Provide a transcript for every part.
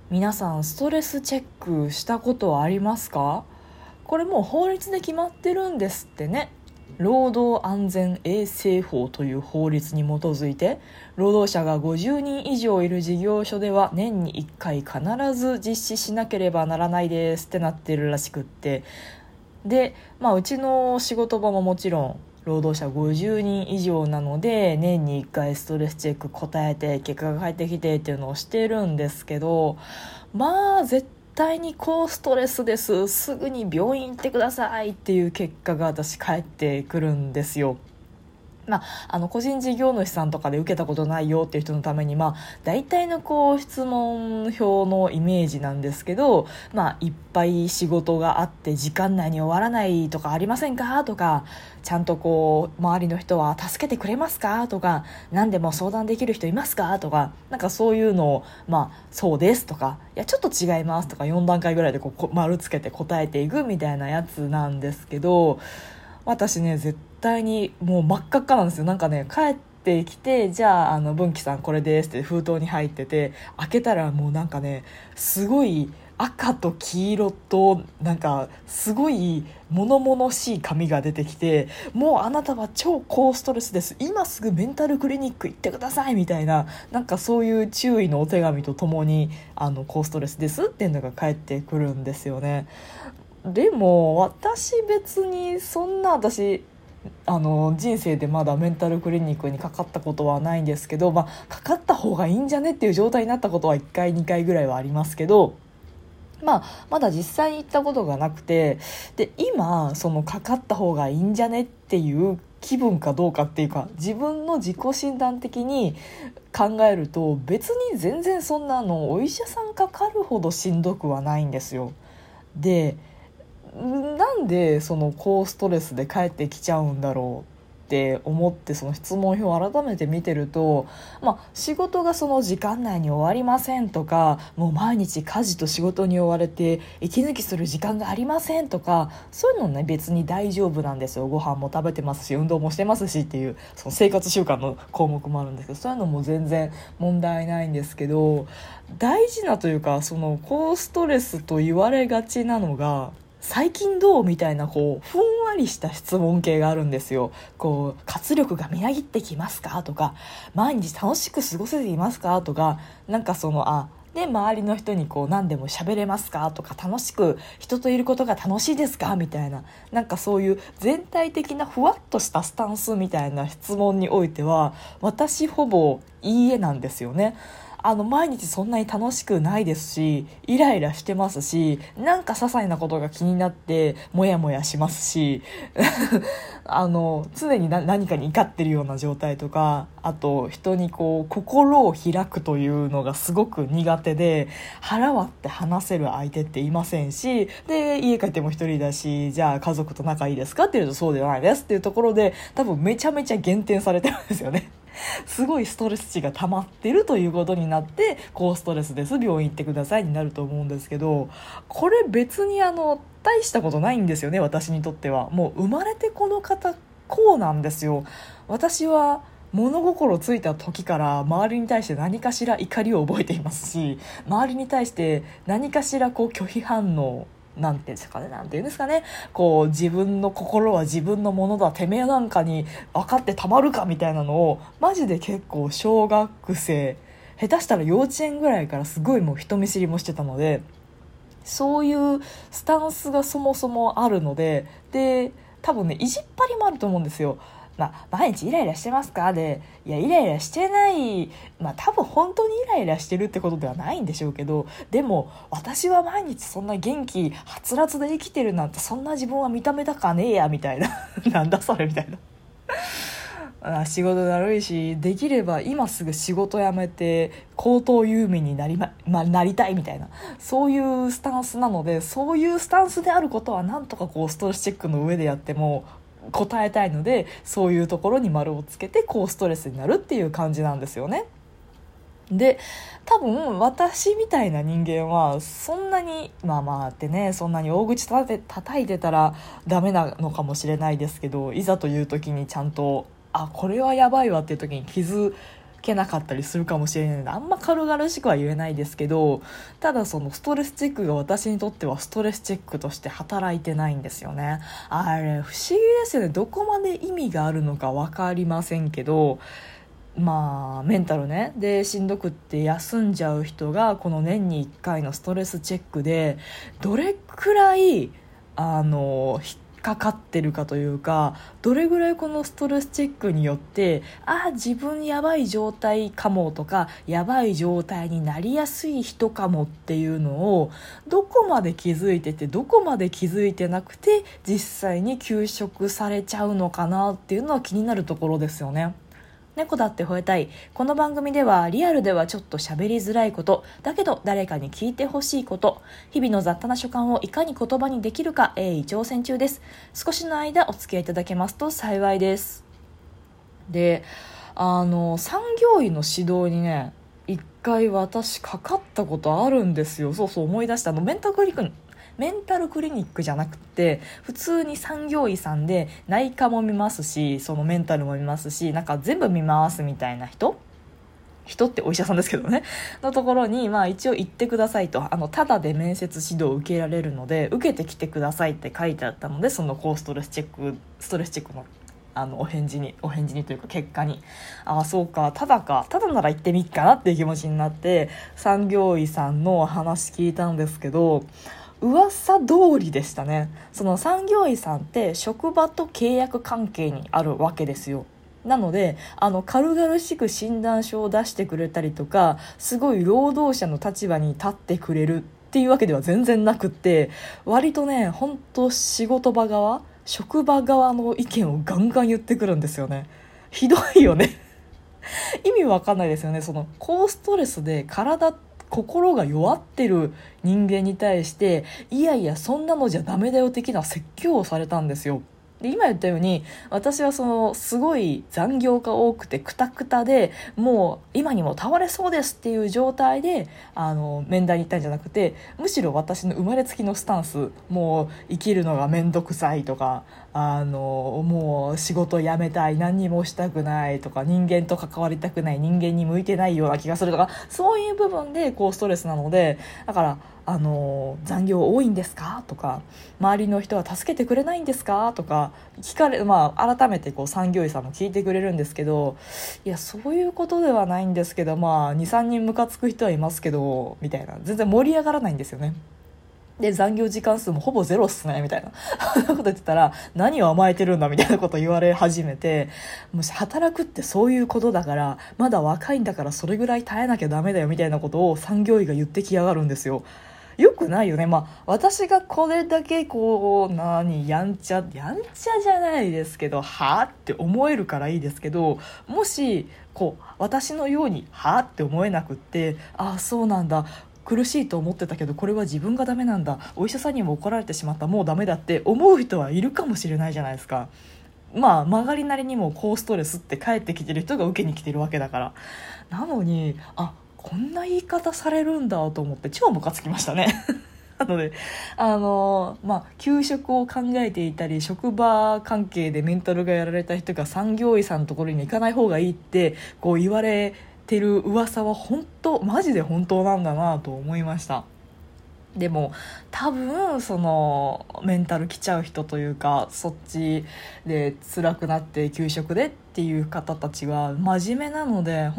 皆さんストレスチェックしたことはありますか？これもう法律で決まってるんですってね。労働安全衛生法という法律に基づいて、労働者が50人以上いる事業所では年に1回必ず実施しなければならないですってなってるらしくって、で、うちの仕事場ももちろん労働者50人以上なので、年に1回ストレスチェック答えて結果が返ってきてっていうのをしてるんですけど、絶対に高ストレスです、すぐに病院行ってくださいっていう結果が私返ってくるんですよ。個人事業主さんとかで受けたことないよっていう人のために、大体の質問票のイメージなんですけど、いっぱい仕事があって時間内に終わらないとかありませんかとか、ちゃんと周りの人は助けてくれますかとか、何でも相談できる人いますかとか、そういうのを、そうですとか、いやちょっと違いますとか4段階ぐらいで丸つけて答えていくみたいなやつなんですけど、私ね絶対にもう真っ赤っかなんですよ。帰ってきて、じゃあ文樹さんこれですって封筒に入ってて、開けたらもうすごい赤と黄色とすごい物々しい紙が出てきて、もうあなたは超高ストレスです、今すぐメンタルクリニック行ってくださいみたいな、そういう注意のお手紙とともに高ストレスですっていうのが返ってくるんですよね。でも私別にそんな、人生でまだメンタルクリニックにかかったことはないんですけど、かかった方がいいんじゃねっていう状態になったことは1回2回ぐらいはありますけど、まだ実際に行ったことがなくて、で今そのかかった方がいいんじゃねっていう気分かどうかっていうか、自分の自己診断的に考えると別に全然そんなのお医者さんかかるほどしんどくはないんですよ。で、なんでその高ストレスで帰ってきちゃうんだろうって思って、その質問票を改めて見てると、仕事がその時間内に終わりませんとか、もう毎日家事と仕事に追われて息抜きする時間がありませんとか、そういうのね別に大丈夫なんですよ。ご飯も食べてますし運動もしてますしっていう、その生活習慣の項目もあるんですけど、そういうのも全然問題ないんですけど、大事なというか、その高ストレスと言われがちなのが、最近どうみたいなふんわりした質問系があるんですよ。活力がみなぎってきますかとか、毎日楽しく過ごせていますかとか、で周りの人に何でも喋れますかとか、楽しく人といることが楽しいですかみたいな、そういう全体的なふわっとしたスタンスみたいな質問においては、私ほぼいいえなんですよね。毎日そんなに楽しくないですし、イライラしてますし、些細なことが気になってモヤモヤしますし常に何かに怒ってるような状態とか、あと人に心を開くというのがすごく苦手で、腹割って話せる相手っていませんし、で家帰っても一人だし、じゃあ家族と仲いいですかっていうとそうではないですっていうところで、多分めちゃめちゃ減点されてるんですよね。すごいストレス値が溜まってるということになって、高ストレスです、病院行ってくださいになると思うんですけど、これ別に大したことないんですよね。私にとってはもう生まれてこの方こうなんですよ。私は物心ついた時から周りに対して何かしら怒りを覚えていますし、周りに対して何かしら拒否反応、なんていうんですかね、自分の心は自分のものだ、てめえなんかに分かってたまるかみたいなのを、マジで結構小学生、下手したら幼稚園ぐらいからすごいもう人見知りもしてたので、そういうスタンスがそもそもあるので、多分ね意地っ張りもあると思うんですよ。毎日イライラしてますかで、いやイライラしてない、多分本当にイライラしてるってことではないんでしょうけど、でも私は毎日そんな元気はつらつで生きてるなんて、そんな自分は認めたかねえやみたいななんだそれみたいな。仕事だるいし、できれば今すぐ仕事辞めて高等遊民になりたいみたいな、そういうスタンスなので、そういうスタンスであることはなんとかストレスチェックの上でやっても答えたいので、そういうところに丸をつけてストレスになるっていう感じなんですよね。で、多分私みたいな人間はそんなにってね、そんなに大口叩いてたらダメなのかもしれないですけど、いざという時にちゃんとこれはやばいわっていう時に気づけなかったりするかもしれないので、あんま軽々しくは言えないですけど、ただそのストレスチェックが私にとってはストレスチェックとして働いてないんですよね。あれ不思議ですよね。どこまで意味があるのか分かりませんけど、まあメンタルねでしんどくって休んじゃう人がこの年に1回のストレスチェックでどれくらい引っかかってるかというか、どれぐらいこのストレスチェックによって自分やばい状態かもとかやばい状態になりやすい人かもっていうのをどこまで気づいててどこまで気づいてなくて実際に休職されちゃうのかなっていうのは気になるところですよね。猫だって吠えたい。この番組ではリアルではちょっと喋りづらいことだけど誰かに聞いてほしいこと、日々の雑多な所感をいかに言葉にできるか鋭意挑戦中です。少しの間お付き合いいただけますと幸いです。で産業医の指導にね一回私かかったことあるんですよ。そう思い出した。メンタルクリニックじゃなくて普通に産業医さんで内科も見ますし、そのメンタルも見ますし、なんか全部見ますみたいな人ってお医者さんですけどねのところに、一応行ってくださいと、ただで面接指導を受けられるので受けてきてくださいって書いてあったので、そのストレスチェックのお返事にというか結果にそうかただなら行ってみっかなっていう気持ちになって産業医さんの話聞いたんですけど、噂通りでしたね。その産業医さんって職場と契約関係にあるわけですよ。なので軽々しく診断書を出してくれたりとかすごい労働者の立場に立ってくれるっていうわけでは全然なくって、割とね本当仕事場側職場側の意見をガンガン言ってくるんですよね。ひどいよね意味わかんないですよね。その高ストレスで心が弱ってる人間に対していやいやそんなのじゃダメだよ的な説教をされたんですよ。で今言ったように私はすごい残業が多くてクタクタでもう今にも倒れそうですっていう状態で面談に行ったんじゃなくて、むしろ私の生まれつきのスタンス、もう生きるのがめんどくさいとかもう仕事辞めたい、何にもしたくないとか、人間と関わりたくない、人間に向いてないような気がするとか、そういう部分でストレスなので、だから残業多いんですかとか、周りの人は助けてくれないんですかとか聞かれ、改めて産業医さんも聞いてくれるんですけど、いやそういうことではないんですけど、2、3人ムカつく人はいますけどみたいな、全然盛り上がらないんですよね。で残業時間数もほぼゼロっすねみたいなこと言ってたら、何を甘えてるんだみたいなこと言われ始めて、もし働くってそういうことだから、まだ若いんだからそれぐらい耐えなきゃダメだよみたいなことを産業医が言ってきやがるんですよ。よくないよね。私がこれだけやんちゃじゃないですけどって思えるからいいですけど、もし私のようにって思えなくって、そうなんだ、苦しいと思ってたけどこれは自分がダメなんだ、お医者さんにも怒られてしまった、もうダメだって思う人はいるかもしれないじゃないですか。曲がりなりにも高ストレスって帰ってきてる人が受けに来てるわけだから。なのにこんな言い方されるんだと思って超ムカつきましたねなので休職を考えていたり職場関係でメンタルがやられた人が産業医さんのところに行かない方がいいって言われてる噂はマジで本当なんだなと思いました。でも多分メンタルきちゃう人というか、そっちで辛くなって休職でっていう方たちは真面目なので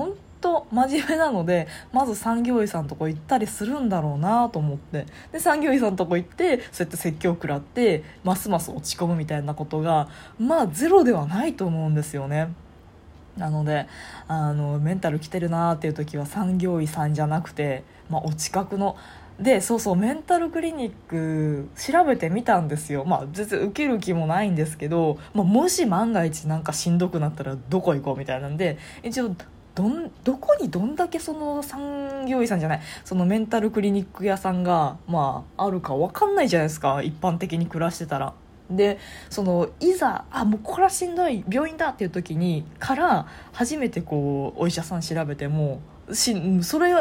まず産業医さんのとこ行ったりするんだろうなと思って、で産業医さんのとこ行ってそうやって説教食らってますます落ち込むみたいなことがゼロではないと思うんですよね。なのでメンタルきてるなっていう時は産業医さんじゃなくて、お近くのでメンタルクリニック調べてみたんですよ。全然受ける気もないんですけど、もし万が一なんかしんどくなったらどこ行こうみたいなんで、一応どこにどんだけ産業医さんじゃないメンタルクリニック屋さんがあるか分かんないじゃないですか、一般的に暮らしてたら。でいざもうこれはしんどい病院だっていう時にから初めてお医者さん調べてもそれ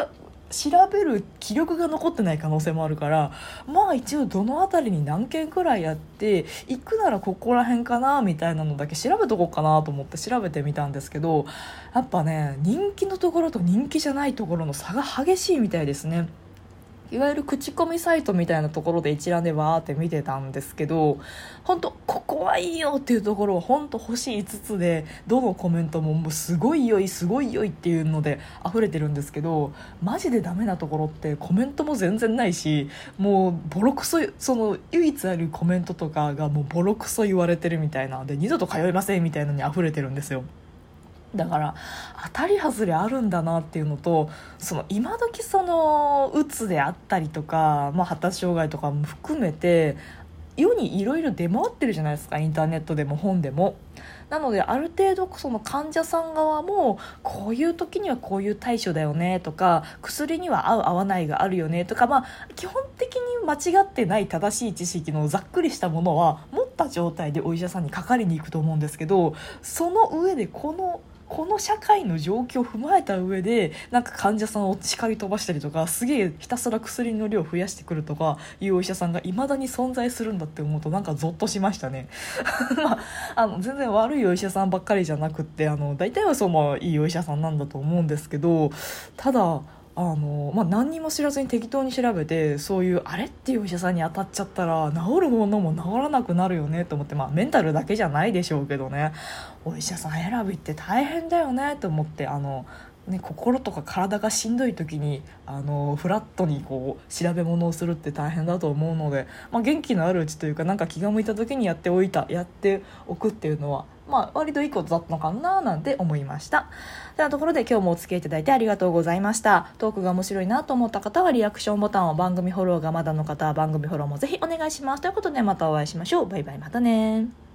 調べる記録が残ってない可能性もあるから、まあ一応どの辺りに何件くらいやって行くならここら辺かなみたいなのだけ調べとこうかなと思って調べてみたんですけど、やっぱね人気のところと人気じゃないところの差が激しいみたいですね。いわゆる口コミサイトみたいなところで一覧でわーって見てたんですけど、本当ここはいいよっていうところは本当星5つで、どのコメントももうすごい良いすごい良いっていうので溢れてるんですけど、マジでダメなところってコメントも全然ないし、もうボロクソ、その唯一あるコメントとかがもうボロクソ言われてるみたいなで、二度と通いませんみたいなのに溢れてるんですよ。だから当たり外れあるんだなっていうのと、その今時そのうつであったりとか、発達障害とかも含めて世にいろいろ出回ってるじゃないですか、インターネットでも本でも。なのである程度その患者さん側もこういう時にはこういう対処だよねとか、薬には合う合わないがあるよねとか、基本的に間違ってない正しい知識のざっくりしたものは持った状態でお医者さんにかかりに行くと思うんですけど、その上でこの社会の状況を踏まえた上でなんか患者さんを叱り飛ばしたりとか、すげえひたすら薬の量を増やしてくるとかいうお医者さんが未だに存在するんだって思うとなんかゾッとしましたね。全然悪いお医者さんばっかりじゃなくって大体はそのいいお医者さんなんだと思うんですけど、ただ何にも知らずに適当に調べてそういうあれっていうお医者さんに当たっちゃったら治るものも治らなくなるよねと思って、メンタルだけじゃないでしょうけどね、お医者さん選びって大変だよねと思って、心とか体がしんどい時にフラットにこう調べ物をするって大変だと思うので、元気のあるうちというか、なんか気が向いた時にやっておくっていうのは割といいことだったのかななんて思いました。というところで今日もお付き合いいただいてありがとうございました。トークが面白いなと思った方はリアクションボタンを、番組フォローがまだの方は番組フォローもぜひお願いします。ということでまたお会いしましょう。バイバイ、またね。